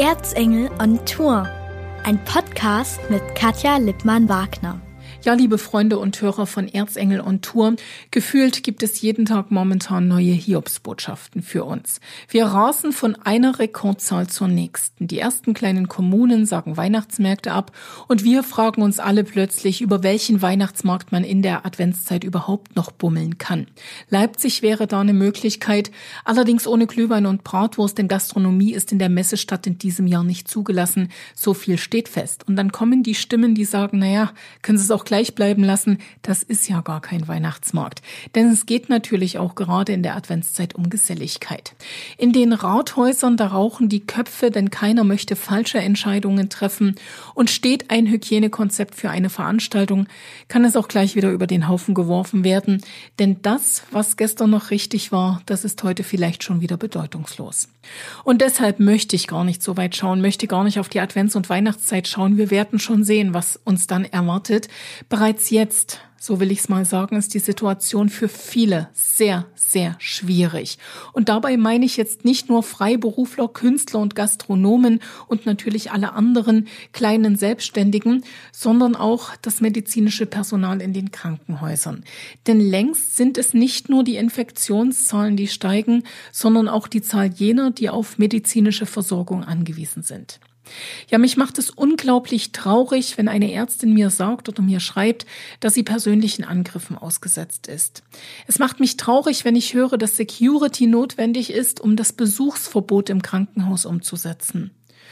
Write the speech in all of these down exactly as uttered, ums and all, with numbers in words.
Erzengel on Tour, ein Podcast mit Katja Lippmann-Wagner. Ja, liebe Freunde und Hörer von Erzengel on Tour, gefühlt gibt es jeden Tag momentan neue Hiobsbotschaften für uns. Wir rasen von einer Rekordzahl zur nächsten. Die ersten kleinen Kommunen sagen Weihnachtsmärkte ab und wir fragen uns alle plötzlich, über welchen Weihnachtsmarkt man in der Adventszeit überhaupt noch bummeln kann. Leipzig wäre da eine Möglichkeit, allerdings ohne Glühwein und Bratwurst, denn Gastronomie ist in der Messestadt in diesem Jahr nicht zugelassen. So viel steht fest. Und dann kommen die Stimmen, die sagen, naja, können Sie es auch gleich bleiben lassen, das ist ja gar kein Weihnachtsmarkt. Denn es geht natürlich auch gerade in der Adventszeit um Geselligkeit. In den Rathäusern, da rauchen die Köpfe, denn keiner möchte falsche Entscheidungen treffen. Und steht ein Hygienekonzept für eine Veranstaltung, kann es auch gleich wieder über den Haufen geworfen werden. Denn das, was gestern noch richtig war, das ist heute vielleicht schon wieder bedeutungslos. Und deshalb möchte ich gar nicht so weit schauen, möchte gar nicht auf die Advents- und Weihnachtszeit schauen. Wir werden schon sehen, was uns dann erwartet. Bereits jetzt, so will ich es mal sagen, ist die Situation für viele sehr, sehr schwierig. Und dabei meine ich jetzt nicht nur Freiberufler, Künstler und Gastronomen und natürlich alle anderen kleinen Selbstständigen, sondern auch das medizinische Personal in den Krankenhäusern. Denn längst sind es nicht nur die Infektionszahlen, die steigen, sondern auch die Zahl jener, die auf medizinische Versorgung angewiesen sind. Ja, mich macht es unglaublich traurig, wenn eine Ärztin mir sagt oder mir schreibt, dass sie persönlichen Angriffen ausgesetzt ist. Es macht mich traurig, wenn ich höre, dass Security notwendig ist, um das Besuchsverbot im Krankenhaus umzusetzen.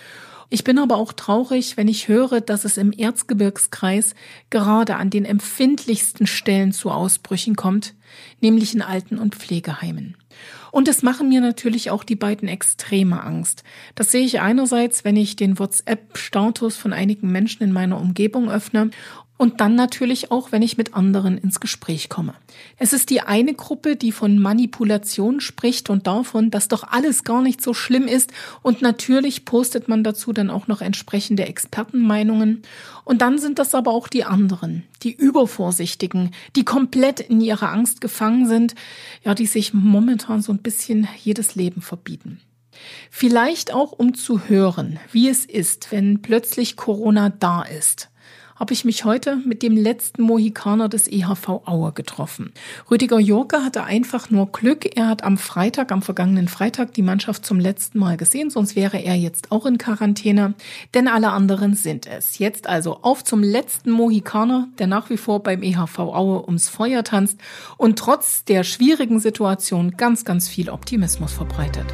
Ich bin aber auch traurig, wenn ich höre, dass es im Erzgebirgskreis gerade an den empfindlichsten Stellen zu Ausbrüchen kommt, nämlich in Alten- und Pflegeheimen. Und es machen mir natürlich auch die beiden Extreme Angst. Das sehe ich einerseits, wenn ich den WhatsApp-Status von einigen Menschen in meiner Umgebung öffne und dann natürlich auch, wenn ich mit anderen ins Gespräch komme. Es ist die eine Gruppe, die von Manipulation spricht und davon, dass doch alles gar nicht so schlimm ist. Und natürlich postet man dazu dann auch noch entsprechende Expertenmeinungen. Und dann sind das aber auch die anderen, die Übervorsichtigen, die komplett in ihrer Angst gefangen sind, ja, die sich momentan so ein bisschen jedes Leben verbieten. Vielleicht auch, um zu hören, wie es ist, wenn plötzlich Corona da ist, habe ich mich heute mit dem letzten Mohikaner des E H V Aue getroffen. Rüdiger Jurke hatte einfach nur Glück. Er hat am Freitag, am vergangenen Freitag, die Mannschaft zum letzten Mal gesehen, sonst wäre er jetzt auch in Quarantäne, denn alle anderen sind es. Jetzt also auf zum letzten Mohikaner, der nach wie vor beim E H V Aue ums Feuer tanzt und trotz der schwierigen Situation ganz, ganz viel Optimismus verbreitet.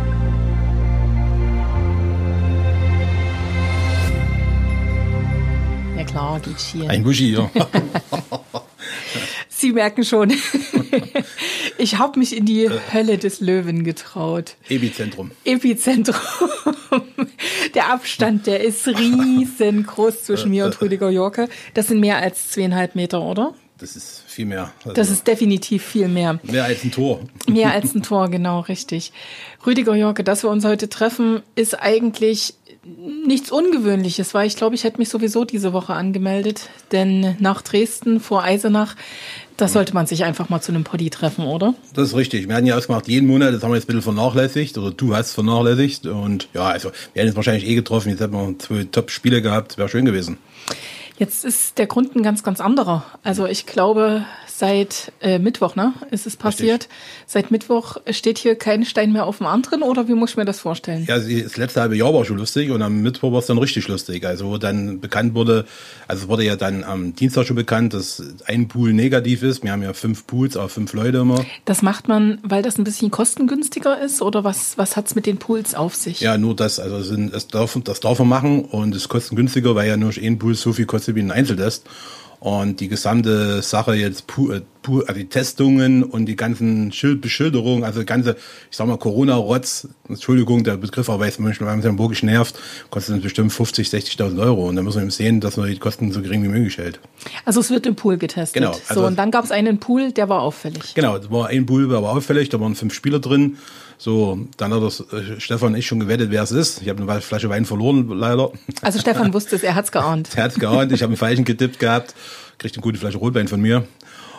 Ja klar, geht schier. Ein Buschi, ja. Sie merken schon, ich habe mich in die Hölle des Löwen getraut. Epizentrum. Epizentrum. Der Abstand, der ist riesengroß zwischen mir und Rüdiger Jurke. Das sind mehr als zweieinhalb Meter, oder? Das ist viel mehr. Also das ist definitiv viel mehr. Mehr als ein Tor. Mehr als ein Tor, genau, richtig. Rüdiger Jurke, dass wir uns heute treffen, ist eigentlich nichts Ungewöhnliches, weil ich glaube, ich hätte mich sowieso diese Woche angemeldet, denn nach Dresden vor Eisenach, da sollte man sich einfach mal zu einem Poddy treffen, oder? Das ist richtig. Wir hatten ja ausgemacht, jeden Monat, das haben wir jetzt ein bisschen vernachlässigt, oder du hast vernachlässigt und ja, also wir hätten uns wahrscheinlich eh getroffen, jetzt hätten wir zwei Top-Spiele gehabt, wäre schön gewesen. Jetzt ist der Grund ein ganz, ganz anderer. Also ich glaube, seit äh, Mittwoch, ne, ist es passiert. Richtig. Seit Mittwoch steht hier kein Stein mehr auf dem anderen, oder wie muss ich mir das vorstellen? Ja, das letzte halbe Jahr war schon lustig und am Mittwoch war es dann richtig lustig. Also wo dann bekannt wurde, also es wurde ja dann am Dienstag schon bekannt, dass ein Pool negativ ist. Wir haben ja fünf Pools, auch fünf Leute immer. Das macht man, weil das ein bisschen kostengünstiger ist, oder was, was hat's mit den Pools auf sich? Ja, nur das, also es sind, das, darf, das darf man machen und es ist kostengünstiger, weil ja nur ein Pool so viel kostet wie ein Einzeltest. Und die gesamte Sache jetzt, also die Testungen und die ganzen Beschilderungen, also die ganze, ich sag mal, Corona-Rotz, Entschuldigung, der Begriff, aber weiß manchmal, wenn man wirklich nervt, kostet es bestimmt fünfzig, sechzigtausend Euro. Und da müssen wir eben sehen, dass man die Kosten so gering wie möglich hält. Also es wird im Pool getestet. Genau. Also so, und dann gab es einen Pool, der war auffällig. Genau, es war ein Pool, der war auffällig, da waren fünf Spieler drin. So, dann hat das äh, Stefan und ich schon gewettet, wer es ist. Ich habe eine Flasche Wein verloren, leider. Also Stefan wusste es, er hat's geahnt. Er hat's geahnt, ich habe einen Falschen getippt gehabt, kriegt eine gute Flasche Rotwein von mir.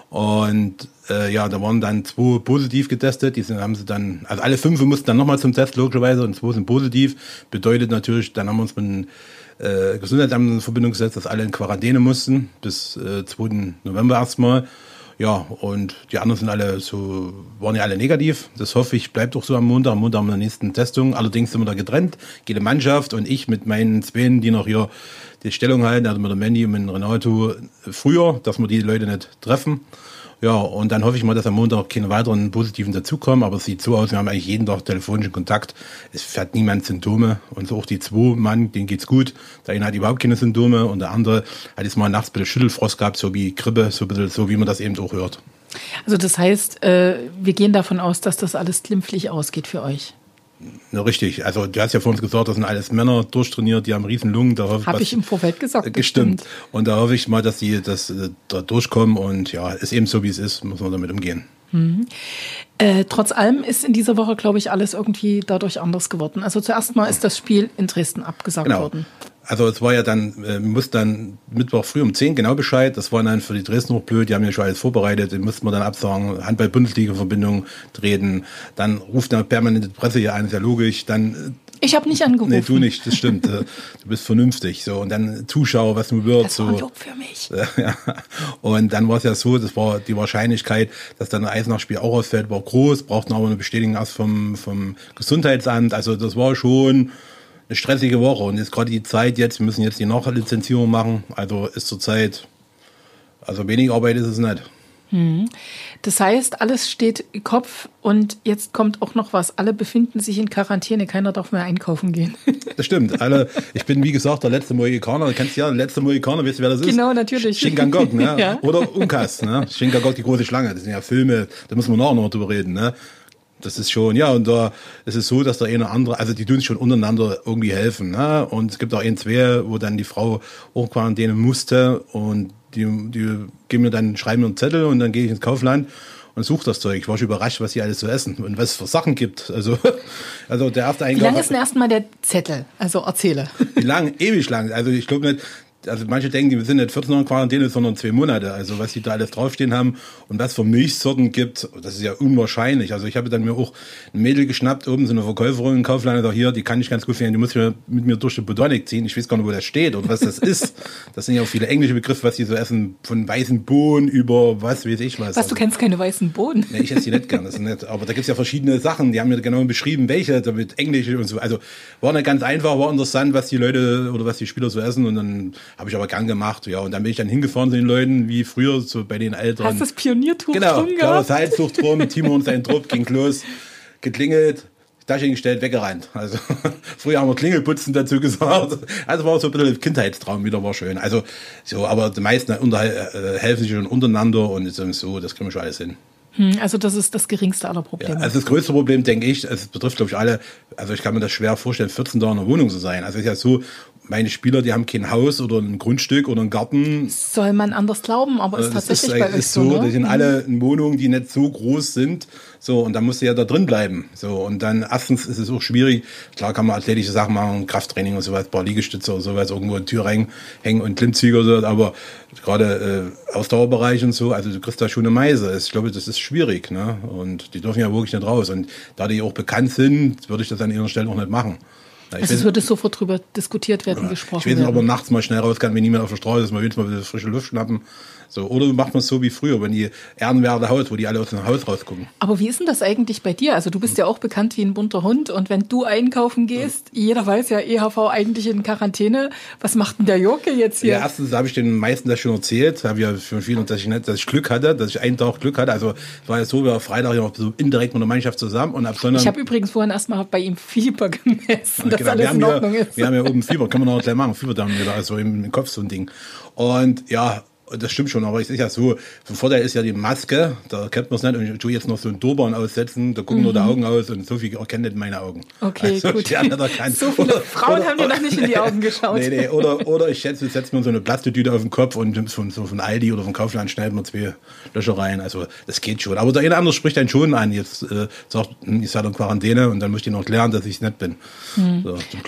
Und äh, ja, da waren dann zwei positiv getestet. Die sind, haben sie dann, also alle fünf mussten dann nochmal zum Test, logischerweise, und zwei sind positiv. Bedeutet natürlich, dann haben wir uns mit dem äh, Gesundheitsamt in Verbindung gesetzt, dass alle in Quarantäne mussten, bis äh, zweiten November erstmal. Ja, und die anderen sind alle so, waren ja alle negativ. Das hoffe ich, bleibt auch so am Montag. Am Montag haben wir die nächsten Testung. Allerdings sind wir da getrennt. Jede Mannschaft und ich mit meinen Zweien, die noch hier die Stellung halten, also mit der Mandy und mit dem Renato früher, dass wir die Leute nicht treffen. Ja, und dann hoffe ich mal, dass am Montag keine weiteren Positiven dazukommen. Aber es sieht so aus, wir haben eigentlich jeden Tag telefonischen Kontakt. Es hat niemand Symptome. Und so auch die zwei Mann, denen geht's gut. Der eine hat überhaupt keine Symptome und der andere hat jetzt mal nachts ein bisschen Schüttelfrost gehabt, so wie Grippe, so ein bisschen, so wie man das eben auch hört. Also das heißt, äh, wir gehen davon aus, dass das alles glimpflich ausgeht für euch. Na, richtig. Also du hast ja vor uns gesagt, das sind alles Männer durchtrainiert, die haben riesen Lungen. Da hoffe Habe ich im Vorfeld gesagt. Gestimmt. Und da hoffe ich mal, dass die das, äh, da durchkommen. Und ja, ist eben so, wie es ist, muss man damit umgehen. Mhm. Äh, trotz allem ist in dieser Woche, glaube ich, alles irgendwie dadurch anders geworden. Also zuerst mal ist das Spiel in Dresden abgesagt genau. worden. Also es war ja dann, äh, muss dann Mittwoch früh um zehn genau Bescheid. Das war dann für die Dresden auch blöd. Die haben ja schon alles vorbereitet. Die mussten wir dann absagen. Handball-Bundesliga-Verbindung treten. Dann ruft eine permanente Presse hier an, ist ja logisch. Dann ich habe nicht angerufen. Nee, du nicht, das stimmt. Du bist vernünftig. So. Und dann Zuschauer, was nun wird. Das war ein Lob für mich. Ja. Und dann war es ja so, das war die Wahrscheinlichkeit, dass dann ein Eisenach-Spiel auch ausfällt, war groß. Brauchten aber eine Bestätigung erst vom, vom Gesundheitsamt. Also das war schon eine stressige Woche. Und jetzt gerade die Zeit jetzt, wir müssen jetzt die Nachlizenzierung machen. Also ist zurzeit, also wenig Arbeit ist es nicht. Hm. Das heißt, alles steht im Kopf und jetzt kommt auch noch was. Alle befinden sich in Quarantäne, keiner darf mehr einkaufen gehen. Das stimmt. Alle, ich bin, wie gesagt, der letzte Mohikaner. Du kennst ja, der letzte Mohikaner, weißt du, wer das ist? Genau, natürlich. Shinkangoku, ne? Ja. Oder Unkas, ne? Shinkangoku, die große Schlange. Das sind ja Filme, da müssen wir nachher noch drüber reden, ne? Das ist schon, ja, und da ist es so, dass der eine oder andere, also die tun sich schon untereinander irgendwie helfen, ne? Und es gibt auch ein, zwei, wo dann die Frau auch in Quarantäne musste und die, die geben mir dann, schreiben mir einen Zettel und dann gehe ich ins Kaufland und suche das Zeug. Ich war schon überrascht, was hier alles zu essen und was es für Sachen gibt. Also, also der erste Einkauf. Wie lange ist denn erstmal der Zettel? Also erzähle. Wie lang? Ewig lang. Also ich glaube nicht, also manche denken, die sind nicht vierzehn Tage in Quarantäne, sondern zwei Monate. Also was die da alles draufstehen haben und was für Milchsorten gibt, das ist ja unwahrscheinlich. Also ich habe dann mir auch ein Mädel geschnappt, oben so eine Verkäuferin in Kaufland, da hier, die kann ich ganz gut finden, die muss mir mit mir durch die Botanik ziehen. Ich weiß gar nicht, wo das steht oder was das ist. Das sind ja auch viele englische Begriffe, was die so essen, von weißen Bohnen über was weiß ich was. Was, also, du kennst keine weißen Bohnen? Nee, ich esse die nicht gern, das ist nicht. Aber da gibt's ja verschiedene Sachen, die haben mir genau beschrieben, welche, damit englische und so. Also war nicht ganz einfach, war interessant, was die Leute oder was die Spieler so essen und dann habe ich aber gern gemacht, ja, und dann bin ich dann hingefahren zu den Leuten, wie früher, so bei den Älteren. Hast du das Pioniertuch genau, drum gehabt? Genau, Salztuch drum, Timo und sein Trupp, ging los, geklingelt, Tasche gestellt, weggerannt. Also, früher haben wir Klingelputzen dazu gesagt. Also war so ein bisschen Kindheitstraum wieder, war schön. Also, so, aber die meisten unter, äh, helfen sich schon untereinander und so, das kriegen wir schon alles hin. Also das ist das geringste aller Probleme. Ja, also das größte Problem, denke ich, es betrifft, glaube ich, alle, also ich kann mir das schwer vorstellen, vierzehn Tage in der Wohnung zu sein. Also es ist ja so, meine Spieler, die haben kein Haus oder ein Grundstück oder einen Garten. Soll man anders glauben, aber ist das tatsächlich ist, bei euch so, so, ne? die sind alle in Wohnungen, die nicht so groß sind. So, und dann musst du ja da drin bleiben. So, und dann erstens ist es auch schwierig. Klar kann man athletische Sachen machen, Krafttraining und sowas, ein paar Liegestütze oder sowas, irgendwo in Tür hängen und Klimmzüge oder so, aber gerade äh, Ausdauerbereich und so, also du kriegst da schon eine Meise. Ich glaube, das ist schwierig, ne? Und die dürfen ja wirklich nicht raus. Und da die auch bekannt sind, würde ich das an ihrer Stelle auch nicht machen. Ja, also es würde sofort drüber diskutiert werden, ja, gesprochen werden. Ich weiß nicht, ob man nachts mal schnell raus kann, wenn niemand auf der Straße ist, mal wenigstens mal ein bisschen frische Luft schnappen. So, oder macht man es so wie früher, wenn die Ehrenwerte Haus, wo die alle aus dem Haus rausgucken. Aber wie ist denn das eigentlich bei dir? Also du bist hm. ja auch bekannt wie ein bunter Hund und wenn du einkaufen gehst, hm. jeder weiß ja, E H V eigentlich in Quarantäne. Was macht denn der Joke jetzt hier? Ja, erstens habe ich den meisten das schon erzählt, habe ja für viele, dass ich nicht, dass ich Glück hatte, dass ich einen Tag Glück hatte. Also es war ja so, wir waren Freitag ja noch so indirekt mit der Mannschaft zusammen und ab Sonntag. Ich habe übrigens vorhin erstmal bei ihm Fieber gemessen, dass genau, alles in Ordnung ja, ist. Wir haben ja oben Fieber, können wir noch gleich machen, Fieber da wieder, also im, im Kopf so ein Ding. Und ja, das stimmt schon, aber es ist ja so, der Vorteil ist ja die Maske, da kennt man es nicht und ich tue jetzt noch so einen Turban aussetzen, da gucken mhm. nur die Augen aus und so viel erkennen nicht meine Augen. Okay, also, gut. So viele oder, Frauen oder, haben dir noch nicht in die Augen geschaut. Nee, nee, oder, oder ich setze, setze mir so eine Plastiktüte auf den Kopf und von, so von Aldi oder vom Kaufland schneidet man zwei Löcher rein, also das geht schon. Aber der eine oder andere spricht einen schon an, jetzt äh, sagt, ich sei in Quarantäne und dann muss ich noch lernen, dass ich es nicht bin. Mhm. So, zum Glück.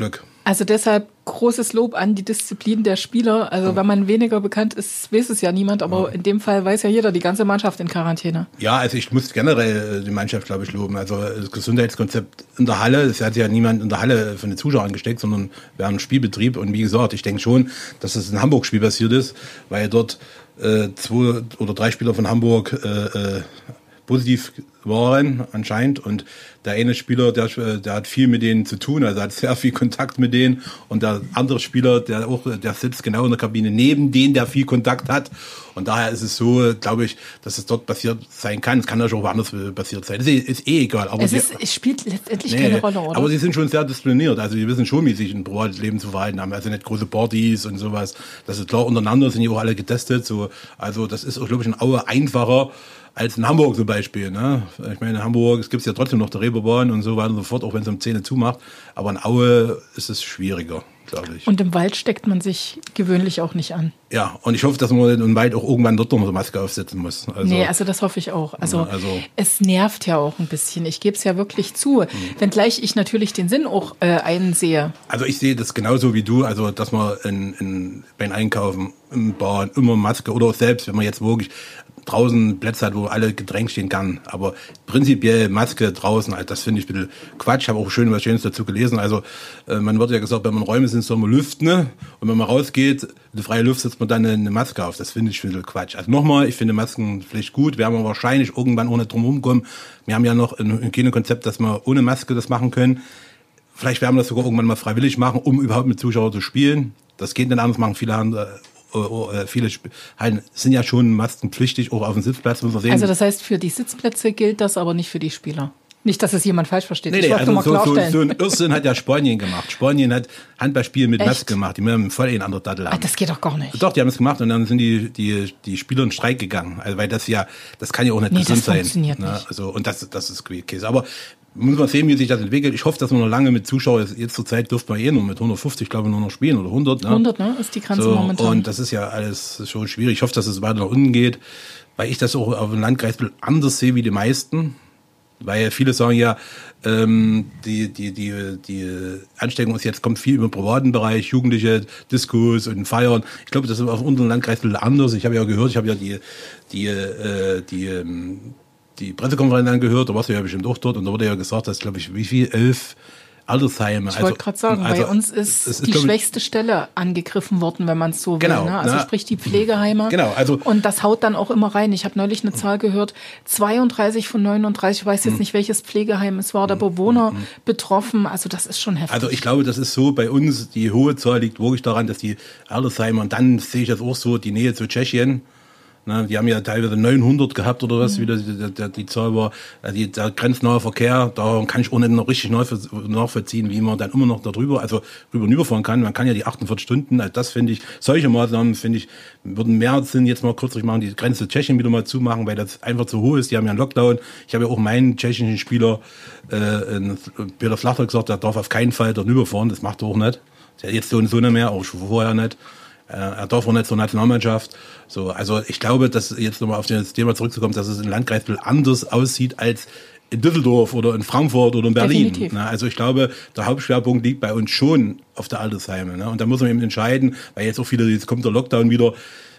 Also deshalb großes Lob an die Disziplin der Spieler. Also wenn man weniger bekannt ist, weiß es ja niemand, aber in dem Fall weiß ja jeder, die ganze Mannschaft in Quarantäne. Ja, also ich muss generell die Mannschaft, glaube ich, loben. Also das Gesundheitskonzept in der Halle, es hat ja niemand in der Halle von den Zuschauern angesteckt, sondern wir haben einen Spielbetrieb. Und wie gesagt, ich denke schon, dass das in Hamburg-Spiel passiert ist, weil dort äh, zwei oder drei Spieler von Hamburg äh, äh, positiv waren anscheinend und der eine Spieler, der, der hat viel mit denen zu tun, also hat sehr viel Kontakt mit denen und der andere Spieler, der auch, der sitzt genau in der Kabine neben denen, der viel Kontakt hat und daher ist es so, glaube ich, dass es dort passiert sein kann. Es kann natürlich auch woanders passiert sein. Es ist, ist eh egal. Aber es, die, ist, es spielt letztendlich nee, keine Rolle, oder? Aber sie sind schon sehr diszipliniert, also die wissen schon, wie sich ein Privatleben zu verhalten haben, also nicht große Partys und sowas. Das ist klar, untereinander sind die auch alle getestet, so, also das ist auch, glaube ich, in Aue einfacher als in Hamburg zum Beispiel. Ne? Ich meine, in Hamburg, es gibt ja trotzdem noch der Reeperbahn und so weiter und so fort, auch wenn es um zehn zumacht. Aber in Aue ist es schwieriger, glaube ich. Und im Wald steckt man sich gewöhnlich auch nicht an. Ja, und ich hoffe, dass man im Wald auch irgendwann dort noch eine Maske aufsetzen muss. Also, nee, also das hoffe ich auch. Also, ja, also es nervt ja auch ein bisschen. Ich gebe es ja wirklich zu. Mhm. Wenngleich ich natürlich den Sinn auch äh, einsehe. Also ich sehe das genauso wie du, also dass man in, in, beim Einkaufen, im Bahn immer Maske oder auch selbst, wenn man jetzt wirklich draußen Plätze hat, wo alle gedrängt stehen kann. Aber prinzipiell Maske draußen, also das finde ich ein bisschen Quatsch. Ich habe auch schön was Schönes dazu gelesen. Also äh, man wird ja gesagt, wenn man in Räumen sind, soll man lüften. Ne? Und wenn man rausgeht, in die freie Luft, setzt man dann eine Maske auf. Das finde ich ein bisschen Quatsch. Also nochmal, ich finde Maskenpflicht gut. Wir haben wahrscheinlich irgendwann ohne drum rumkommen. Wir haben ja noch ein Hygienekonzept, dass wir ohne Maske das machen können. Vielleicht werden wir das sogar irgendwann mal freiwillig machen, um überhaupt mit Zuschauern zu spielen. Das geht nicht anders, machen viele andere. Viele Hallen sind ja schon maskenpflichtig, auch auf dem Sitzplatz. Muss man sehen. Also das heißt, für die Sitzplätze gilt das, aber nicht für die Spieler. Nicht, dass es jemand falsch versteht. Nee, nee, also mal so, so, so ein Irrsinn hat ja Spanien gemacht. Spanien hat Handballspiel mit Echt? Maske gemacht. Die haben voll in andere Dattel. Ah, das geht doch gar nicht. Doch, die haben es gemacht und dann sind die, die, die Spieler in Streik gegangen. Also, weil das ja, das kann ja auch nicht nee, gesund das sein. Funktioniert ne? nicht. Also, und das, das ist Käse. Aber muss man sehen, wie sich das entwickelt. Ich hoffe, dass wir noch lange mit Zuschauern, jetzt zur Zeit dürften wir eh nur mit hundertfünfzig, glaube ich, nur noch spielen oder hundert. Ne? hundert, ne? Ist die Grenze so, momentan. Und das ist ja alles schon schwierig. Ich hoffe, dass es weiter nach unten geht, weil ich das auch auf dem Landkreis anders sehe wie die meisten. Weil viele sagen ja, ähm, die, die, die, die Ansteckung ist jetzt, kommt viel über den privaten Bereich, Jugendliche, Diskos und Feiern. Ich glaube, das ist auf unserem Landkreis ein bisschen anders. Ich habe ja gehört, ich habe ja die, die, äh, die, ähm, die Pressekonferenz angehört, da warst du ja bestimmt auch dort und da wurde ja gesagt, dass, glaube ich, wie viel, elf Altersheime. Ich wollte also, gerade sagen, also, bei uns ist, ist die schwächste Stelle angegriffen worden, wenn man es so will. Genau, ne? Also na, sprich die Pflegeheime. Genau, also, und das haut dann auch immer rein. Ich habe neulich eine Zahl gehört, zweiunddreißig von neununddreißig, ich weiß jetzt nicht, welches Pflegeheim es war, der Bewohner betroffen. Also das ist schon heftig. Also ich glaube, das ist so, bei uns, die hohe Zahl liegt wirklich daran, dass die Altersheime, und dann sehe ich das auch so, die Nähe zu Tschechien, na, die haben ja teilweise neunhundert gehabt oder was, mhm. wie das, die, die, die Zahl war. Die, der grenznahe Verkehr, da kann ich auch nicht noch richtig nachvollziehen, wie man dann immer noch darüber, also rüber und überfahren kann. Man kann ja die achtundvierzig Stunden, also das finde ich, solche Maßnahmen finde ich, würden mehr Sinn jetzt mal kürzlich machen, die Grenze zu Tschechien wieder mal zumachen, weil das einfach zu hoch ist. Die haben ja einen Lockdown. Ich habe ja auch meinen tschechischen Spieler, äh, Peter Flachter, gesagt, der darf auf keinen Fall dort überfahren, das macht er auch nicht. Der hat jetzt so und so nicht mehr, auch schon vorher nicht. Er darf auch nicht zur Nationalmannschaft. So, also ich glaube, dass jetzt nochmal auf das Thema zurückzukommen, dass es im Landkreis anders aussieht als in Düsseldorf oder in Frankfurt oder in Berlin. Definitiv. Also ich glaube, der Hauptschwerpunkt liegt bei uns schon auf der Altersheime. Und da muss man eben entscheiden, weil jetzt auch viele, jetzt kommt der Lockdown wieder.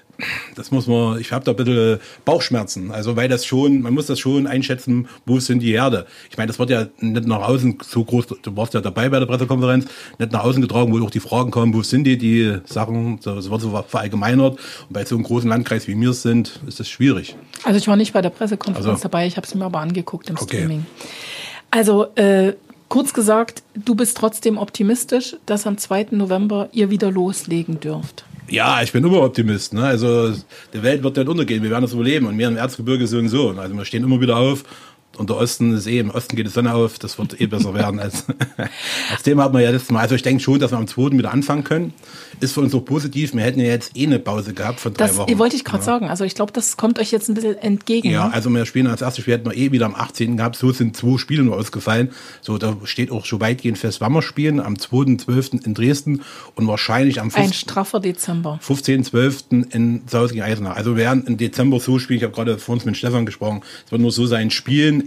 Das muss man, ich habe da ein bisschen Bauchschmerzen, also weil das schon, man muss das schon einschätzen, wo sind die Herde. Ich meine, das wird ja nicht nach außen so groß, du warst ja dabei bei der Pressekonferenz, nicht nach außen getragen, wo auch die Fragen kommen, wo sind die, die Sachen, das wird so verallgemeinert und bei so einem großen Landkreis wie wir sind, ist das schwierig. Also ich war nicht bei der Pressekonferenz also, dabei, ich habe es mir aber angeguckt im okay. Streaming. Also, äh, kurz gesagt, du bist trotzdem optimistisch, dass am zweiten November ihr wieder loslegen dürft. Ja, ich bin immer Optimist. Ne? Also die Welt wird nicht untergehen, wir werden das überleben. Und wir im Erzgebirge so und so. Also wir stehen immer wieder auf. Und der Osten ist eh, im Osten geht die Sonne auf, das wird eh besser werden. Als, als Thema hat man ja letztes Mal. Also ich denke schon, dass wir am zweiten wieder anfangen können. Ist für uns auch positiv. Wir hätten ja jetzt eh eine Pause gehabt von drei das Wochen. Wollte ich gerade ja. sagen. Also ich glaube, das kommt euch jetzt ein bisschen entgegen. Ja, ne? also wir spielen als erstes Spiel, hätten wir eh wieder am achtzehnten gehabt. So sind zwei Spiele nur ausgefallen. So, da steht auch schon weitgehend fest, wann wir spielen. Am zweiten zwölften in Dresden und wahrscheinlich am Ein straffer Dezember. fünfzehnten zwölften in Saus gegen Eisenach. Also wir werden im Dezember so spielen. Ich habe gerade vor uns mit Stefan gesprochen. Es wird nur so sein, spielen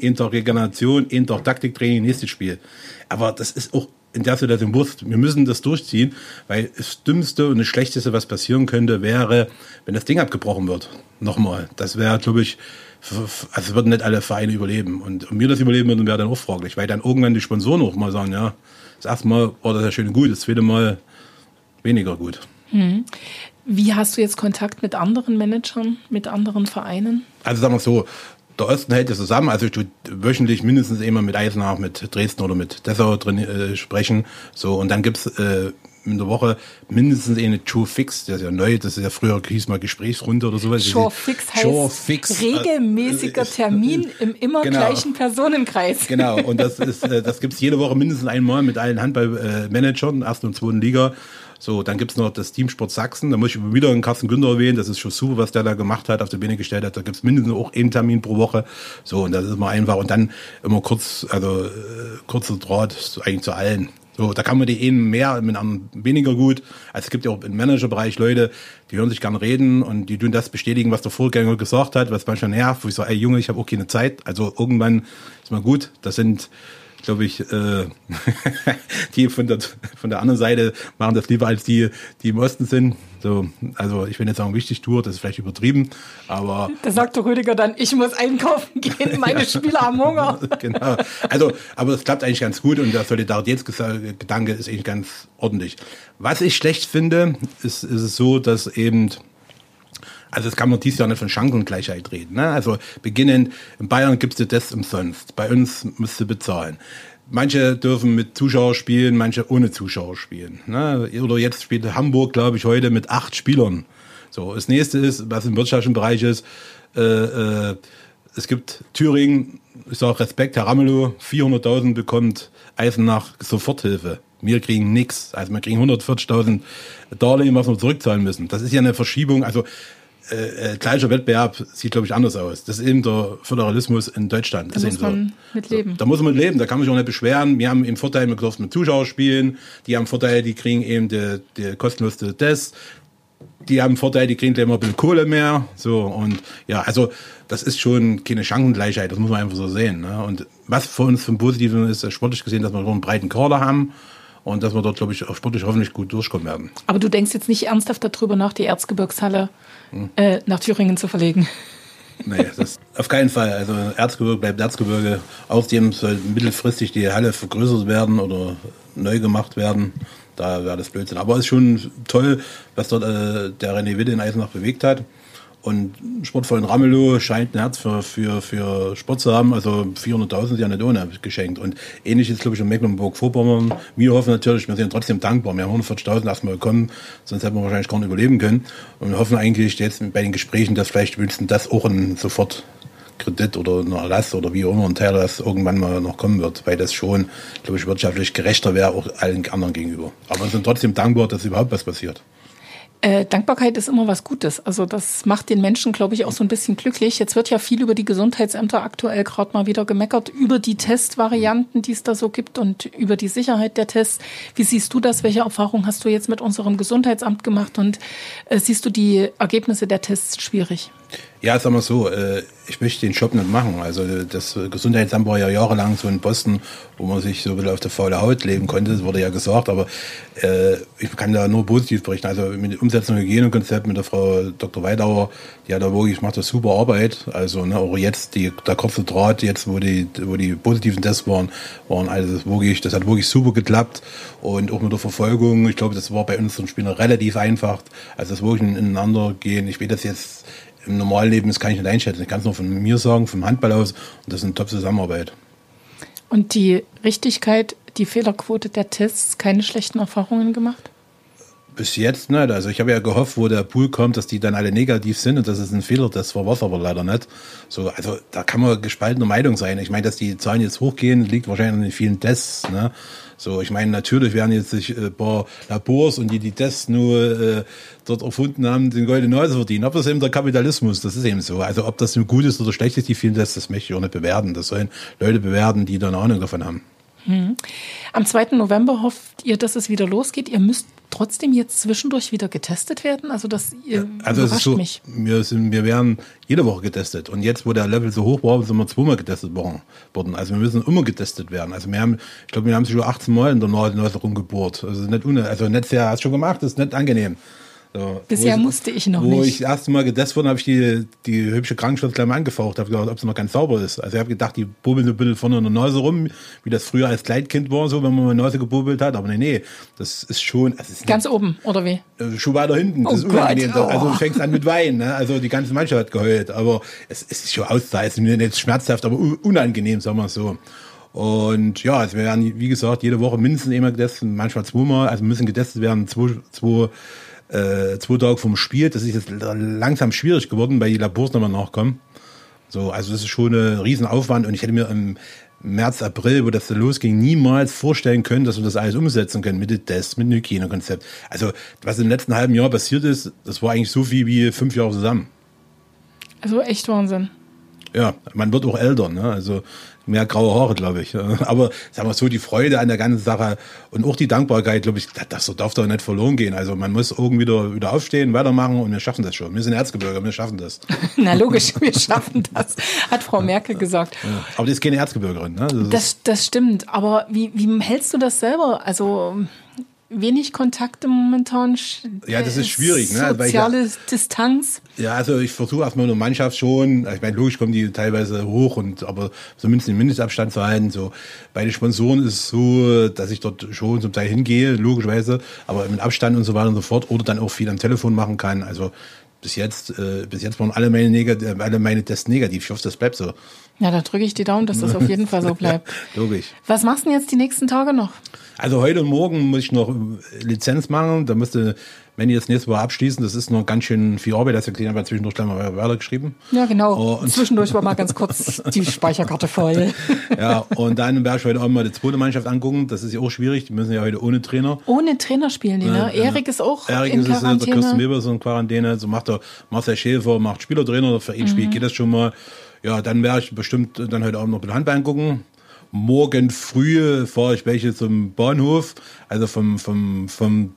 einen Tag Regeneration, einen Tag Taktiktraining, nächstes Spiel. Aber das ist auch in der Situation Wurst. Wir müssen das durchziehen, weil das Dümmste und das Schlechteste, was passieren könnte, wäre, wenn das Ding abgebrochen wird. Nochmal. Das wäre, glaube ich, also würden nicht alle Vereine überleben. Und um wir das überleben würden, wäre dann auch fraglich, weil dann irgendwann die Sponsoren auch mal sagen, ja, das erste Mal war das ja schön und gut, das zweite Mal weniger gut. Hm. Wie hast du jetzt Kontakt mit anderen Managern, mit anderen Vereinen? Also sagen wir so, der Osten hält ja zusammen, also ich tue wöchentlich mindestens immer mit Eisenach, mit Dresden oder mit Dessau drin äh, sprechen. So, und dann gibt's äh, in der Woche mindestens eine Show Fix, das ist ja neu, das ist ja früher hieß mal Gesprächsrunde oder sowas. Show Fix heißt Show Fix, regelmäßiger Termin im immer genau. gleichen Personenkreis. Genau, und das ist, äh, das gibt's jede Woche mindestens einmal mit allen Handballmanagern, äh, ersten und zweiten Liga. So, dann gibt's noch das Teamsport Sachsen, da muss ich wieder einen Carsten Günther erwähnen, das ist schon super, was der da gemacht hat, auf die Beine gestellt hat, da gibt's mindestens auch einen Termin pro Woche, so, und das ist immer einfach, und dann immer kurz, also äh, kurzer Draht so, eigentlich zu allen. So, da kann man die einen mehr, mit anderen weniger gut. Also es gibt ja auch im Managerbereich Leute, die hören sich gern reden und die tun das bestätigen, was der Vorgänger gesagt hat, was manchmal nervt, wo ich sage, ey Junge, ich habe auch keine Zeit, also irgendwann ist mal gut, das sind glaube ich, äh, die von der, von der anderen Seite machen das lieber als die, die im Osten sind. So, also ich will nicht sagen, wichtig tue, das ist vielleicht übertrieben, aber... Da sagt der Rüdiger dann, ich muss einkaufen gehen, meine ja. Spieler haben Hunger. Genau, also, aber es klappt eigentlich ganz gut und der Solidaritätsgedanke ist eigentlich ganz ordentlich. Was ich schlecht finde, ist, ist es so, dass eben... Also das kann man dieses Jahr nicht von Chancengleichheit reden. Ne? Also beginnend, in Bayern gibt's das umsonst. Bei uns musst du bezahlen. Manche dürfen mit Zuschauer spielen, manche ohne Zuschauer spielen. Ne? Oder jetzt spielt Hamburg, glaube ich, heute mit acht Spielern. So, das nächste ist, was im wirtschaftlichen Bereich ist, äh, äh, es gibt Thüringen, ich sage Respekt, Herr Ramelow, vierhunderttausend bekommt Eisenach Soforthilfe. Wir kriegen nichts. Also wir kriegen hundertvierzigtausend Darlehen, was wir zurückzahlen müssen. Das ist ja eine Verschiebung. Also Äh, gleicher Wettbewerb sieht, glaube ich, anders aus. Das ist eben der Föderalismus in Deutschland. Da muss man so. mit leben. Da, da muss man mit leben, da kann man sich auch nicht beschweren. Wir haben eben Vorteil, wir dürfen mit Zuschauern spielen. Die haben Vorteil, die kriegen eben die, die kostenlose Tests. Die haben Vorteil, die kriegen gleich mal ein bisschen Kohle mehr. So, und ja, also das ist schon keine Chancengleichheit, das muss man einfach so sehen. Ne? Und was für uns vom Positiven ist, sportlich gesehen, dass wir einen breiten Kader haben. Und dass wir dort, glaube ich, auch sportlich hoffentlich gut durchkommen werden. Aber du denkst jetzt nicht ernsthaft darüber nach, die Erzgebirgshalle hm. äh, nach Thüringen zu verlegen? Nee, das auf keinen Fall. Also Erzgebirge bleibt Erzgebirge. Außerdem soll mittelfristig die Halle vergrößert werden oder neu gemacht werden. Da wäre das Blödsinn. Aber es ist schon toll, was dort äh, der René Witte in Eisenach bewegt hat. Und Sportverein Ramelow scheint ein Herz für, für, für Sport zu haben. Also vierhunderttausend ist ja nicht ohne geschenkt. Und ähnlich ist, glaube ich, in Mecklenburg-Vorpommern. Wir hoffen natürlich, wir sind trotzdem dankbar. Wir haben hundertvierzigtausend erstmal bekommen, sonst hätten wir wahrscheinlich gar nicht überleben können. Und wir hoffen eigentlich jetzt bei den Gesprächen, dass vielleicht wünschen, dass auch ein sofort Kredit oder ein Erlass oder wie auch immer ein Teil, das irgendwann mal noch kommen wird. Weil das schon, glaube ich, wirtschaftlich gerechter wäre, auch allen anderen gegenüber. Aber wir sind trotzdem dankbar, dass überhaupt was passiert. Äh, Dankbarkeit ist immer was Gutes. Also das macht den Menschen, glaube ich, auch so ein bisschen glücklich. Jetzt wird ja viel über die Gesundheitsämter aktuell gerade mal wieder gemeckert, über die Testvarianten, die es da so gibt und über die Sicherheit der Tests. Wie siehst du das? Welche Erfahrung hast du jetzt mit unserem Gesundheitsamt gemacht und äh, siehst du die Ergebnisse der Tests schwierig? Ja, sagen wir so, äh, ich möchte den Job nicht machen. Also das Gesundheitsamt war ja jahrelang so ein Posten, wo man sich so ein bisschen auf der faule Haut leben konnte, das wurde ja gesagt, aber äh, ich kann da nur positiv berichten. Also mit der Umsetzung Hygienekonzept mit der Frau Doktor Weidauer, die hat da wirklich, macht das super Arbeit. Also ne, auch jetzt die, der kurze Draht, jetzt wo die, wo die positiven Tests waren, waren alles wirklich, das hat wirklich super geklappt. Und auch mit der Verfolgung, ich glaube, das war bei unseren Spielern relativ einfach. Also das wirklich ineinander gehen. Ich will das jetzt im normalen Leben, das kann ich nicht einschätzen. Ich kann es nur von mir sagen, vom Handball aus. Und das ist eine Top-Zusammenarbeit. Und die Richtigkeit, die Fehlerquote der Tests, keine schlechten Erfahrungen gemacht? Bis jetzt nicht. Also ich habe ja gehofft, wo der Pool kommt, dass die dann alle negativ sind und das ist ein Fehler. Das war was aber leider nicht. So, also da kann man gespaltener Meinung sein. Ich meine, dass die Zahlen jetzt hochgehen, liegt wahrscheinlich an den vielen Tests. Ne? So, ich meine, natürlich werden jetzt sich ein paar Labors und die die Tests nur äh, dort erfunden haben, den goldene Nase verdienen. Aber das ist eben der Kapitalismus, das ist eben so. Also ob das nun gut ist oder schlecht ist, die vielen Tests, das möchte ich auch nicht bewerten. Das sollen Leute bewerten, die da eine Ahnung davon haben. Hm. Am zweiten November hofft ihr, dass es wieder losgeht. Ihr müsst trotzdem jetzt zwischendurch wieder getestet werden? Also das ja, also überrascht es ist so, mich. Wir, sind, wir werden jede Woche getestet. Und jetzt, wo der Level so hoch war, sind wir zweimal getestet worden. Also wir müssen immer getestet werden. Also wir haben, ich glaube, wir haben sich schon achtzehn Mal in der Nase rumgebohrt. Also nicht, ohne, also nicht sehr, hast du schon gemacht, das ist nicht angenehm. So, Bisher ich, musste ich noch wo nicht. Wo ich das erste Mal getestet wurde, habe ich die, die hübsche Krankenschwester gleich mal angefaucht, habe gedacht, ob sie noch ganz sauber ist. Also ich habe gedacht, die bubbeln so ein bisschen vorne in der Nase rum, wie das früher als Kleinkind war, so, wenn man mal die Nase gebubbelt hat. Aber nee, nee, das ist schon... Also ist ganz nicht, oben, oder wie? Schon weiter hinten, das oh ist unangenehm. Gott, oh. Also du fängst an mit Weinen, ne? Also die ganze Mannschaft hat geheult. Aber es, es ist schon aus, es ist nicht schmerzhaft, aber unangenehm, sagen wir es so. Und ja, also wir werden, wie gesagt, jede Woche mindestens einmal getestet, manchmal zweimal, also müssen getestet werden, zwei, zwei Äh, zwei Tage vom Spiel. Das ist jetzt langsam schwierig geworden, weil die Labors nochmal nachkommen. So, also das ist schon ein Riesenaufwand und ich hätte mir im März, April, wo das da losging, niemals vorstellen können, dass wir das alles umsetzen können mit den Tests, mit dem Hygienekonzept. Also was im letzten halben Jahr passiert ist, das war eigentlich so viel wie fünf Jahre zusammen. Also echt Wahnsinn. Ja, man wird auch älter, ne? Also mehr graue Haare, glaube ich. Aber sagen wir so, die Freude an der ganzen Sache und auch die Dankbarkeit, glaube ich, das darf doch nicht verloren gehen. Also man muss irgendwie wieder, wieder aufstehen, weitermachen und wir schaffen das schon. Wir sind Erzgebirger, wir schaffen das. Na logisch, wir schaffen das, hat Frau Merkel gesagt. Ja, aber die ist keine Erzgebirgerin, ne? Das, das, das stimmt, aber wie, wie hältst du das selber? Also wenig Kontakte momentan. Ja, das ist schwierig. Ne? Soziale ich, Distanz. Ja, also ich versuche erstmal in der Mannschaft schon, ich meine, logisch kommen die teilweise hoch, und aber zumindest den Mindestabstand zu halten. So. Bei den Sponsoren ist es so, dass ich dort schon zum Teil hingehe, logischerweise, aber mit Abstand und so weiter und so fort, oder dann auch viel am Telefon machen kann. Also bis jetzt, äh, bis jetzt waren alle meine, Negat- alle meine Tests negativ. Ich hoffe, das bleibt so. Ja, da drücke ich die Daumen, dass das auf jeden Fall so bleibt. Ja, logisch. Was machst du denn jetzt die nächsten Tage noch? Also heute und morgen muss ich noch Lizenz machen. Da müsste, wenn die jetzt nächste Woche abschließen, das ist noch ganz schön viel Arbeit. Das habe ich zwischendurch gleich mal weiter geschrieben. Ja, genau. Oh, und zwischendurch war mal ganz kurz die Speicherkarte voll. Ja, und dann werde ich heute auch mal die zweite Mannschaft angucken. Das ist ja auch schwierig. Die müssen ja heute ohne Trainer. Ohne Trainer spielen die, ne? Ja, Erik ist auch Erik in ist Quarantäne. Es, der Kirsten Weber ist in Quarantäne. So macht der Marcel Schäfer, macht Spielertrainer. Für ein Spiel mhm. geht das schon mal. Ja, dann werde ich bestimmt dann heute Abend noch mit Handball gucken. Morgen früh fahre ich welche zum Bahnhof, also vom, vom, vom,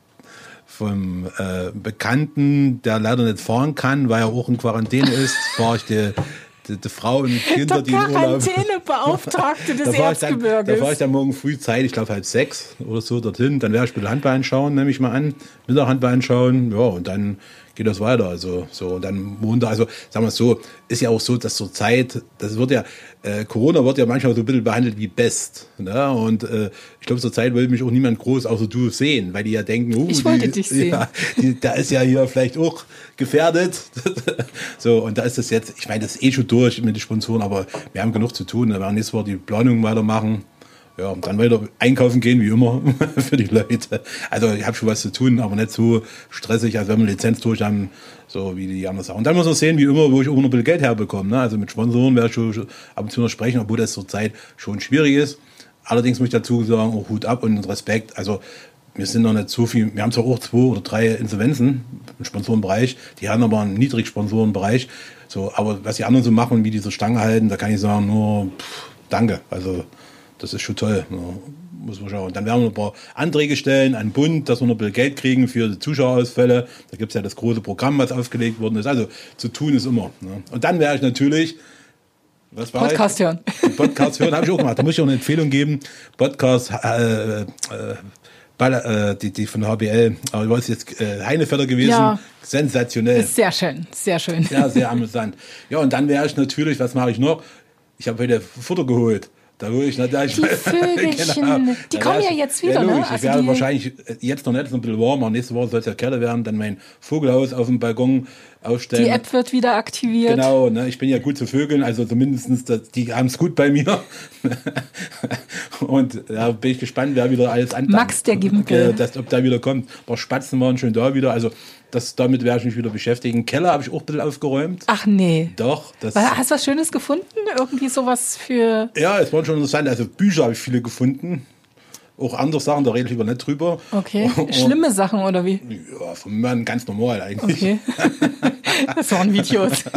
vom äh, Bekannten, der leider nicht fahren kann, weil er auch in Quarantäne ist, fahre ich die, die, die Frau und Kinder, die in Urlaub... Quarantänebeauftragte des da Erzgebirges. Da fahre ich dann morgen früh Zeit, ich glaube halb sechs oder so dorthin. Dann werde ich bitte Handball anschauen, nehme ich mal an. Mittag Handball anschauen, ja, und dann geht das weiter. Also so, und dann Montag, also sagen wir es so, ist ja auch so, dass zur Zeit, das wird ja, äh, Corona wird ja manchmal so ein bisschen behandelt wie Pest. Ne? Und äh, ich glaube, zur Zeit will mich auch niemand groß außer du sehen, weil die ja denken, oh, ich die, wollte dich sehen. Ja, die, da ist ja hier vielleicht auch gefährdet. So, und da ist das jetzt, ich meine, das ist eh schon durch mit den Sponsoren, aber wir haben genug zu tun. Da werden nächstes Mal die Planung weitermachen. Ja, und dann weiter einkaufen gehen, wie immer, für die Leute. Also ich habe schon was zu tun, aber nicht so stressig, als wenn wir Lizenz durch haben, so wie die anderen Sachen. Und dann muss man sehen, wie immer, wo ich auch noch ein bisschen Geld herbekomme. Ne? Also mit Sponsoren werde ich schon, schon ab und zu noch sprechen, obwohl das zur Zeit schon schwierig ist. Allerdings muss ich dazu sagen, auch Hut ab und Respekt. Also wir sind noch nicht so viel, wir haben zwar auch zwei oder drei Insolvenzen im Sponsorenbereich, die haben aber einen Niedrigsponsorenbereich. So, aber was die anderen so machen, wie diese Stange halten, da kann ich sagen, nur pff, danke. Also das ist schon toll. Ja, muss man schauen. Dann werden wir noch ein paar Anträge stellen an den Bund, dass wir noch ein bisschen Geld kriegen für die Zuschauerausfälle. Da gibt es ja das große Programm, was aufgelegt worden ist. Also zu tun ist immer. Ne? Und dann werde ich natürlich was war Podcast hören. Podcast hören, habe ich auch gemacht. Da muss ich auch eine Empfehlung geben. Podcast äh, äh, Ball, äh, die, die von H B L, aber war es jetzt äh, Heinefelder gewesen. Ja. Sensationell. Ist sehr schön, sehr schön. Ja, sehr amüsant. Ja, und dann wäre ich natürlich, was mache ich noch? Ich habe heute Futter geholt. Da wo ich, na, da ich, die Vögelchen, genau. Die kommen ja jetzt wieder, ja, ne? Also ich werde die wahrscheinlich jetzt noch nicht, so ein bisschen warm, aber nächste Woche soll es ja kälter werden, dann mein Vogelhaus auf dem Balkon aufstellen. Die App wird wieder aktiviert. Genau, ne? Ich bin ja gut zu Vögeln, also zumindest, die haben es gut bei mir. Und da bin ich gespannt, wer wieder alles anpackt. Max der Gimpel. Das, ob da wieder kommt. Ein paar Spatzen waren schon da wieder, also das, damit werde ich mich wieder beschäftigen. Keller habe ich auch ein bisschen aufgeräumt. Ach nee. Doch. Das Hast du was Schönes gefunden? Irgendwie sowas für... Ja, es war schon interessant. Also Bücher habe ich viele gefunden. auch andere Sachen, da rede ich lieber nicht drüber. Okay, und, schlimme Sachen oder wie? Ja, von Mann ganz normal eigentlich. Okay. Das waren Videos.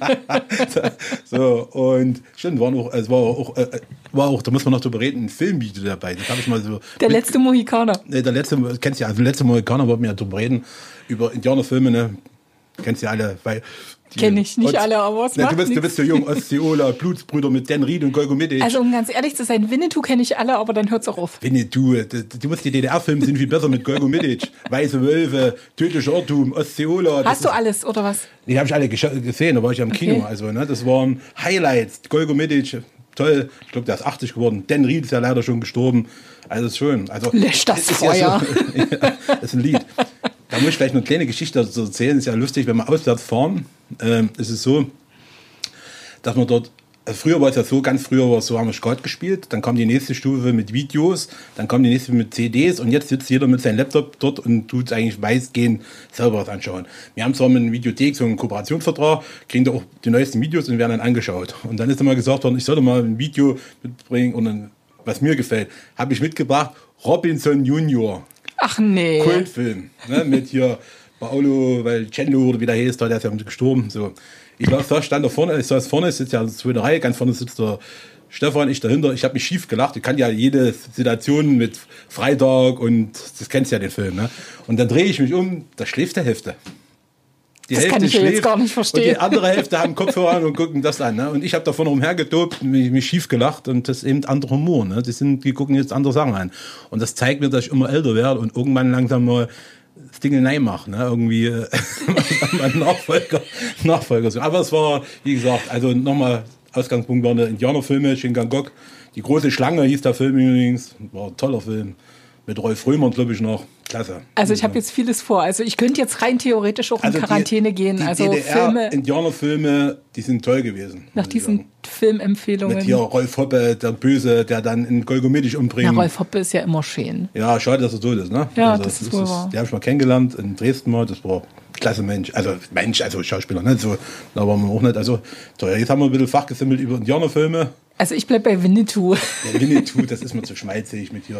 So, und stimmt, waren auch, es war auch, äh, war auch, da muss man noch drüber reden, ein Filmvideo dabei. Das habe ich mal so. Der mit, letzte Mohikaner. Ne, der letzte, kennst du ja, also der letzte Mohikaner wollten wir ja drüber reden, über Indianerfilme, ne? Kennst du ja alle, weil. Kenne ich nicht Ost, alle, aber es ne, macht du bist, nichts. du bist so jung, Ostseola, Blutsbrüder mit Dan Reed und Golgo Mitic. Also um ganz ehrlich zu sein, Winnetou kenne ich alle, aber dann hört's auch auf. Winnetou, du, du musst die D D R-Filme sind viel besser mit Golgo Mitic. Weiße Wölfe, tödlicher Irrtum, Ostseola. Hast du alles, oder was? Die habe ich alle gesehen, da war ich am Kino. Okay. Also, ne, das waren Highlights. Golgo Mitic, toll. Ich glaube, der ist achtzig geworden. Dan Reed ist ja leider schon gestorben. Also, ist schön. Also, Lösch das ist Feuer. Ja so, ja, das ist ein Lied. Da muss ich vielleicht eine kleine Geschichte dazu erzählen. Ist ja lustig, wenn wir auswärts fahren. Ähm, ist es so, dass man dort, also früher war es ja so, ganz früher war es so, haben wir Skat gespielt, dann kam die nächste Stufe mit Videos, dann kam die nächste mit C Ds und jetzt sitzt jeder mit seinem Laptop dort und tut eigentlich weitgehend selber was anschauen. Wir haben zwar mit einer Videothek so einen Kooperationsvertrag, kriegen da auch die neuesten Videos und werden dann angeschaut. Und dann ist immer gesagt worden, ich sollte mal ein Video mitbringen und dann, was mir gefällt, habe ich mitgebracht, Robinson Junior. Ach nee. Kultfilm, ne, mit hier Paolo Valcendo oder wie der heißt, der ist ja gestorben. So. Ich saß da, stand da vorne, ich saß vorne, sitzt ja in der zweiten Reihe, ganz vorne sitzt der Stefan, ich dahinter. Ich habe mich schief gelacht. Ich kann ja jede Situation mit Freitag und das kennst ja den Film. Ne? Und dann drehe ich mich um, da schläft der Hälfte. Die Das Hälfte kann ich ja schläft jetzt gar nicht verstehen. und die andere Hälfte haben Kopfhörer an und gucken das an. Ne? Und ich habe davon rumhergetobt, mich, mich schief gelacht und das ist eben anderer Humor. Ne? Die, sind, die gucken jetzt andere Sachen an. Und das zeigt mir, dass ich immer älter werde und irgendwann langsam mal das Ding nein mache. Ne? Irgendwie äh, mein Nachfolger, Nachfolger. Aber es war, wie gesagt, also nochmal, Ausgangspunkt waren Indianerfilme, Shingangoku. Die große Schlange hieß der Film übrigens. War ein toller Film. Mit Rolf Römer, glaube ich, noch. Klasse. Also ich habe jetzt vieles vor. Also ich könnte jetzt rein theoretisch auch Also in Quarantäne die, gehen. Die Also D D R Filme. Indianerfilme, die sind toll gewesen. Nach diesen Filmempfehlungen. Mit hier Rolf Hoppe, der Böse, der dann in Golgo Mitic umbringt. Ja, Rolf Hoppe ist ja immer schön. Ja, schade, dass er tot ist, ne? Ja, also, das ist wohl wahr. Den habe ich mal kennengelernt in Dresden mal. Das war ein klasse Mensch. Also Mensch, also Schauspieler, ne? So, da waren wir auch nicht. Also jetzt haben wir ein bisschen fachgesimmelt über Indianerfilme. Also ich bleib bei Winnetou. Ja, Winnetou, das ist mir zu schmalzig mit hier.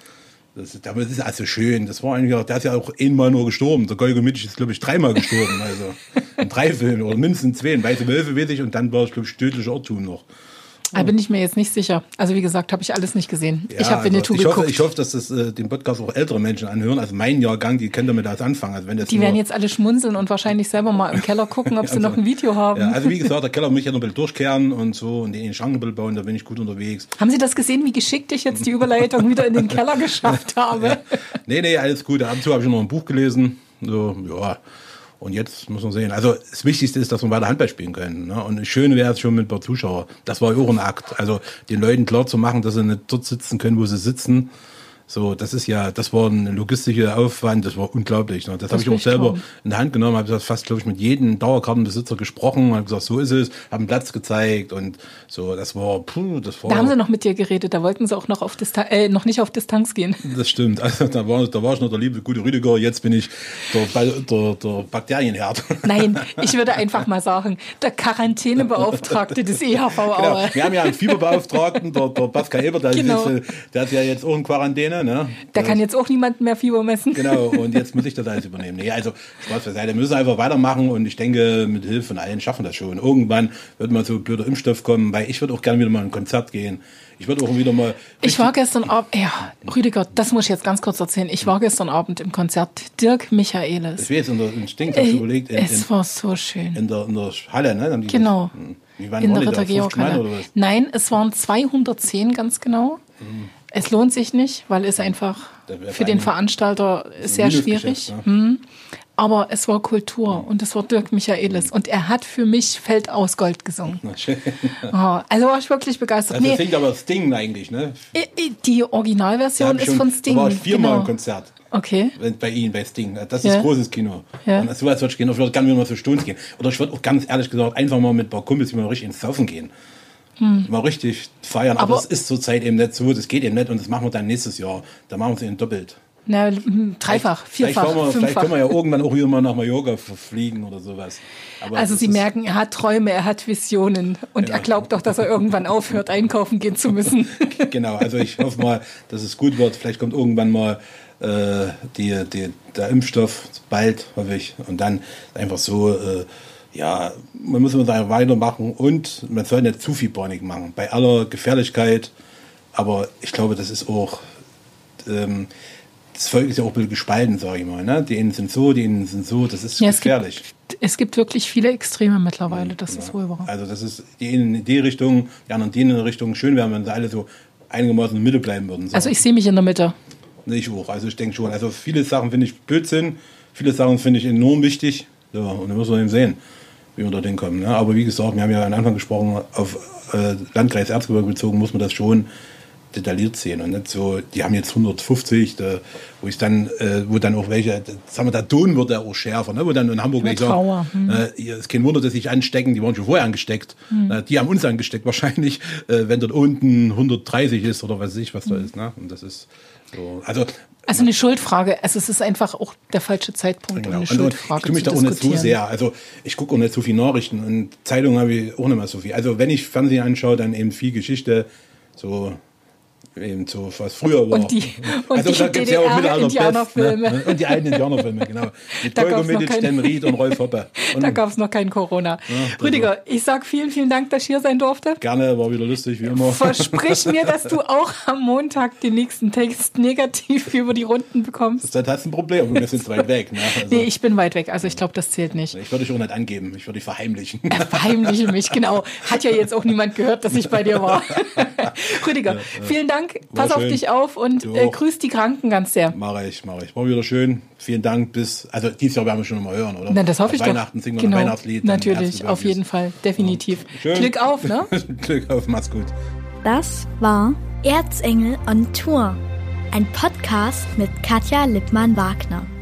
Das, das ist also schön. Das war eigentlich, der ist ja auch einmal nur gestorben. Der Golgo Mitic ist, glaube ich, dreimal gestorben. Also in drei Filmen oder mindestens zwei. In Weiße Wölfe weiß ich und dann war ich, glaube ich, tödlicher Irrtum noch. Da bin ich mir jetzt nicht sicher. Also wie gesagt, habe ich alles nicht gesehen. Ja, ich habe Winnetou also ich geguckt. hoffe, ich hoffe, dass das äh, den Podcast auch ältere Menschen anhören. Also mein Jahrgang, die können damit das anfangen. Also wenn das Die nur, werden jetzt alle schmunzeln und wahrscheinlich selber mal im Keller gucken, ob sie noch ein Video haben. Ja, also wie gesagt, der Keller muss ja noch ein bisschen durchkehren und so und den in den Schrank ein bisschen bauen, da bin ich gut unterwegs. Haben Sie das gesehen, wie geschickt ich jetzt die Überleitung wieder in den Keller geschafft habe? Ja. Nee, nee, alles gut. Ab und zu habe ich noch ein Buch gelesen. So, ja. Und jetzt muss man sehen. Also das Wichtigste ist, dass wir weiter Handball spielen können. Ne? Und schön wäre es schon mit ein paar Zuschauern. Das war auch ein Akt. Also den Leuten klar zu machen, dass sie nicht dort sitzen können, wo sie sitzen. So, das ist ja, das war ein logistischer Aufwand, das war unglaublich. Ne? Das, das habe ich auch selber toll. in der Hand genommen, habe das fast, glaube ich, mit jedem Dauerkartenbesitzer gesprochen, habe gesagt, so ist es, habe einen Platz gezeigt und so, das war, puh, das war. Da haben sie noch mit dir geredet, da wollten sie auch noch auf Distanz, äh, noch nicht auf Distanz gehen. Das stimmt, also da war, da war ich noch der liebe, gute Rüdiger, jetzt bin ich der, der, der Bakterienherd. Nein, ich würde einfach mal sagen, der Quarantänebeauftragte des E H V Aue. Genau. Wir haben ja einen Fieberbeauftragten, der, der Pascal Eber, der, genau. ist, der ist ja jetzt auch in Quarantäne. Ne? Der kann jetzt auch niemanden mehr Fieber messen. Genau, und jetzt muss ich das alles übernehmen. Nee, also Spaß beiseite, wir müssen einfach weitermachen und ich denke, mit Hilfe von allen schaffen wir das schon. Irgendwann wird mal so ein blöder Impfstoff kommen, weil ich würde auch gerne wieder mal in ein Konzert gehen. Ich würde auch wieder mal... Ich war gestern Abend, ja, Rüdiger, das muss ich jetzt ganz kurz erzählen. Ich war gestern Abend im Konzert Dirk Michaelis. Das wäre jetzt in der Instinkt, hast du überlegt. In, es in, war so schön. In der, in der Halle, ne? Haben die genau. Das, wie waren in die der Ritter Georg Halle. Nein, es waren zweihundertzehn ganz genau. Mhm. Es lohnt sich nicht, weil es einfach für den Veranstalter sehr schwierig. Ne? Hm. Aber es war Kultur und es war Dirk Michaelis und er hat für mich Feld aus Gold gesungen. Na schön. Oh, also war ich wirklich begeistert. Also nee, singt aber Sting eigentlich, ne? Die Originalversion ist schon, von Sting. Da war ich viermal genau. im Konzert. Okay. Bei Ihnen, bei Sting. Das ja. ist großes Kino. Ja. Und so was würde ich gehen. Ich würde gerne wieder mal für Stones gehen. Oder ich würde auch ganz ehrlich gesagt einfach mal mit ein paar Kumpels mal richtig ins Saufen gehen. Hm. Mal richtig feiern. Aber, aber es ist zurzeit eben nicht so. Das geht eben nicht und das machen wir dann nächstes Jahr. Da machen wir es eben doppelt. Na, dreifach, vierfach, vielleicht, wir, fünffach. Vielleicht können wir ja irgendwann auch wieder mal nach Mallorca fliegen oder sowas. Aber also Sie ist, merken, er hat Träume, er hat Visionen und ja. er glaubt doch, dass er irgendwann aufhört, einkaufen gehen zu müssen. Genau, also ich hoffe mal, dass es gut wird. Vielleicht kommt irgendwann mal äh, die, die, der Impfstoff, bald, hoffe ich. Und dann einfach so, äh, ja, man muss da weitermachen und man soll nicht zu viel Panik machen. Bei aller Gefährlichkeit, aber ich glaube, das ist auch... Ähm, das Volk ist ja auch ein bisschen gespalten, sage ich mal. Ne? Die einen sind so, die anderen sind so. Das ist ja, gefährlich. Es gibt, es gibt wirklich viele Extreme mittlerweile, das ja. ist wohl wahr. Also das ist die einen in die Richtung, die anderen in die andere Richtung. Schön wäre, wenn sie alle so einigermaßen in der Mitte bleiben würden. So. Also ich sehe mich in der Mitte. Ich auch, also ich denke schon. Also viele Sachen finde ich Blödsinn, viele Sachen finde ich enorm wichtig. So, und dann müssen wir eben sehen, wie wir dorthin kommen. Ne? Aber wie gesagt, wir haben ja am Anfang gesprochen, auf äh, Landkreis Erzgebirge bezogen, muss man das schon detailliert sehen und nicht so, die haben jetzt hundertfünfzig, da, wo ich dann, äh, wo dann auch welche, da, sagen wir, der Ton wird ja auch schärfer, ne? Wo dann in Hamburg welche sagen, hm. äh, es ist kein Wunder, dass sich anstecken, die waren schon vorher angesteckt, hm. äh, die haben uns angesteckt wahrscheinlich, äh, wenn dort unten hundertdreißig ist oder was weiß ich, was hm. da ist, ne? Und das ist so, also Also eine Schuldfrage, also es ist einfach auch der falsche Zeitpunkt, genau. um eine Schuldfrage ich tue mich zu da auch nicht so sehr, also ich gucke auch nicht so viel Nachrichten und Zeitungen habe ich auch nicht mehr so viel, also wenn ich Fernsehen anschaue, dann eben viel Geschichte, so eben so, was früher war. Und die, und also, die da gibt's ja auch Indianerfilme. Ne? Und die alten Indianerfilme, genau. Mit Tolga Milic, Stan Ried und Rolf Hoppe. Und da gab es noch kein Corona. Ja, Rüdiger, war. ich sag vielen, vielen Dank, dass ich hier sein durfte. Gerne, war wieder lustig, wie immer. Versprich mir, dass du auch am Montag den nächsten Text negativ über die Runden bekommst. Das ist ein Problem, wir sind weit weg. Ne? Also, nee, ich bin weit weg, also ich glaube, das zählt nicht. Ich würde dich auch nicht angeben, ich würde dich verheimlichen. Äh, verheimliche mich, genau. Hat ja jetzt auch niemand gehört, dass ich bei dir war. Rüdiger, ja, ja. vielen Dank, pass auf dich auf und äh, grüß die Kranken ganz sehr. Mache ich, mache ich. War wieder schön. Vielen Dank bis, also dieses Jahr werden wir schon mal hören, oder? Na, das hoffe ich Weihnachten doch. singen wir genau. ein Weihnachtslied. Natürlich, auf jeden Fall, definitiv. Ja. Glück auf, ne? Glück auf, mach's gut. Das war Erzengel on Tour, ein Podcast mit Katja Lippmann-Wagner.